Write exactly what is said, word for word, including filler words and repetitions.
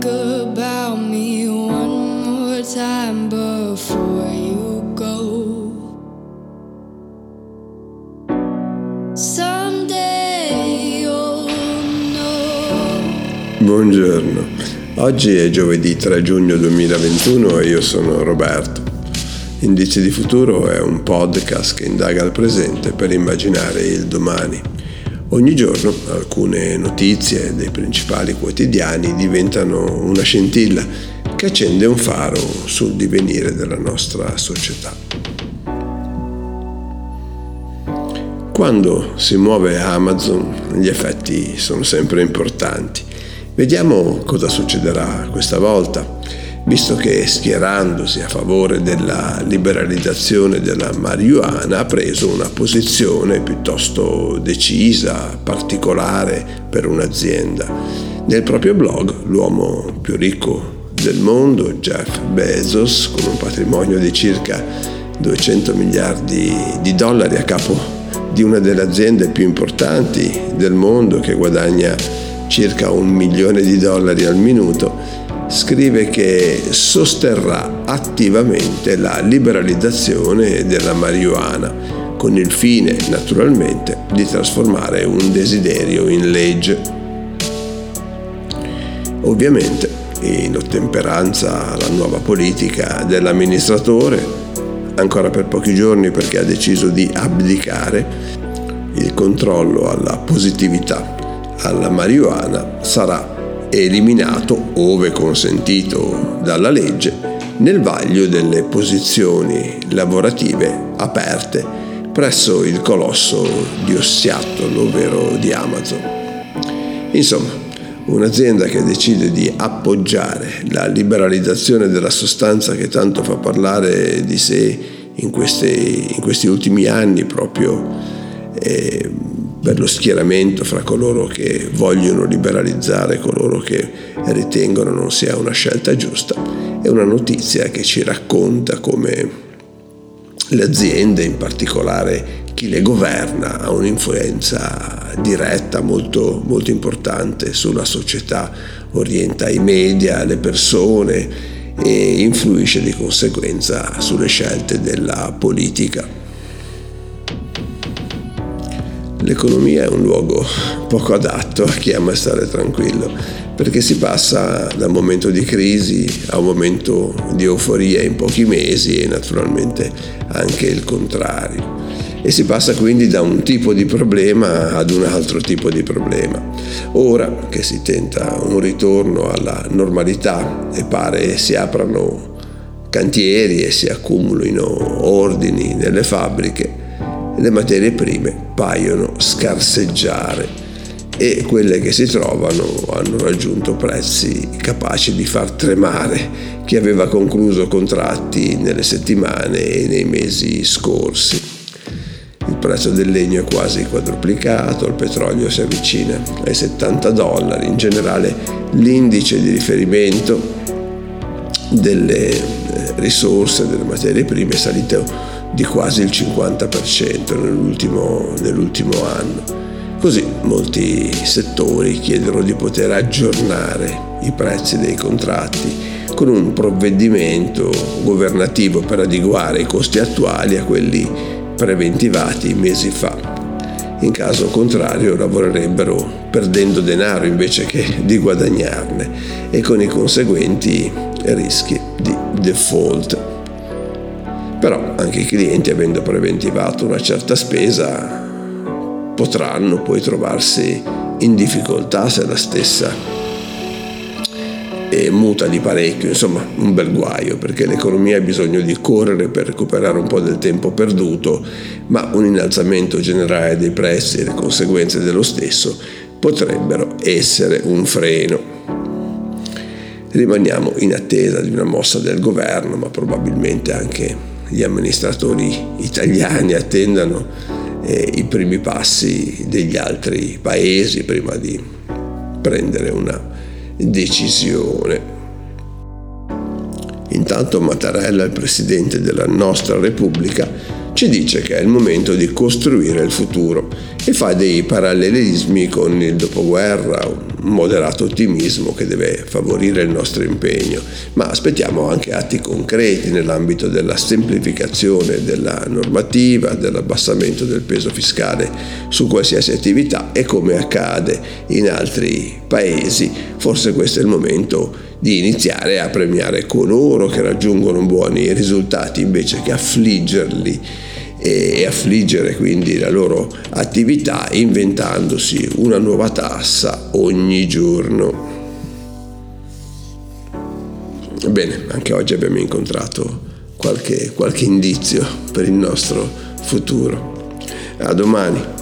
think about me one more time before you go. Someday you'll know. Buongiorno, oggi è giovedì tre giugno duemilaventuno e io sono Roberto. Indizi di futuro è un podcast che indaga il presente per immaginare il domani. Ogni giorno alcune notizie dei principali quotidiani diventano una scintilla che accende un faro sul divenire della nostra società. Quando si muove Amazon, gli effetti sono sempre importanti. Vediamo cosa succederà questa volta, visto che schierandosi a favore della liberalizzazione della marijuana ha preso una posizione piuttosto decisa, particolare per un'azienda. Nel proprio blog, l'uomo più ricco del mondo, Jeff Bezos, con un patrimonio di circa duecento miliardi di dollari a capo di una delle aziende più importanti del mondo che guadagna circa un milione di dollari al minuto, scrive che sosterrà attivamente la liberalizzazione della marijuana, con il fine, naturalmente, di trasformare un desiderio in legge. Ovviamente, in ottemperanza alla nuova politica dell'amministratore, ancora per pochi giorni perché ha deciso di abdicare, il controllo alla positività alla marijuana sarà eliminato, ove consentito dalla legge, nel vaglio delle posizioni lavorative aperte presso il colosso di Seattle, ovvero di Amazon. Insomma, un'azienda che decide di appoggiare la liberalizzazione della sostanza che tanto fa parlare di sé in, queste, in questi ultimi anni, proprio eh, per lo schieramento fra coloro che vogliono liberalizzare e coloro che ritengono non sia una scelta giusta, è una notizia che ci racconta come le aziende, in particolare chi le governa, ha un'influenza diretta molto, molto importante sulla società, orienta i media, le persone e influisce di conseguenza sulle scelte della politica. L'economia è un luogo poco adatto a chi ama stare tranquillo, perché si passa da un momento di crisi a un momento di euforia in pochi mesi e naturalmente anche il contrario. E si passa quindi da un tipo di problema ad un altro tipo di problema. Ora che si tenta un ritorno alla normalità e pare si aprano cantieri e si accumulino ordini nelle fabbriche, le materie prime paiono scarseggiare e quelle che si trovano hanno raggiunto prezzi capaci di far tremare chi aveva concluso contratti nelle settimane e nei mesi scorsi. Il prezzo del legno è quasi quadruplicato, il petrolio si avvicina ai settanta dollari, in generale l'indice di riferimento delle risorse, delle materie prime è salito di quasi il cinquanta per cento nell'ultimo, nell'ultimo anno. Così molti settori chiedono di poter aggiornare i prezzi dei contratti con un provvedimento governativo per adeguare i costi attuali a quelli preventivati mesi fa. In caso contrario lavorerebbero perdendo denaro invece che di guadagnarne e con i conseguenti rischi di default. Però anche i clienti, avendo preventivato una certa spesa, potranno poi trovarsi in difficoltà se la stessa è muta di parecchio. Insomma, un bel guaio, perché l'economia ha bisogno di correre per recuperare un po' del tempo perduto, ma un innalzamento generale dei prezzi e le conseguenze dello stesso potrebbero essere un freno. Rimaniamo in attesa di una mossa del governo, ma probabilmente anche gli amministratori italiani attendano eh, i primi passi degli altri paesi prima di prendere una decisione. Intanto Mattarella, il presidente della nostra Repubblica, ci dice che è il momento di costruire il futuro e fa dei parallelismi con il dopoguerra, un moderato ottimismo che deve favorire il nostro impegno, ma aspettiamo anche atti concreti nell'ambito della semplificazione della normativa, dell'abbassamento del peso fiscale su qualsiasi attività e, come accade in altri paesi, forse questo è il momento di iniziare a premiare coloro che raggiungono buoni risultati invece che affliggerli e affliggere quindi la loro attività inventandosi una nuova tassa ogni giorno. Bene, anche oggi abbiamo incontrato qualche, qualche indizio per il nostro futuro. A domani.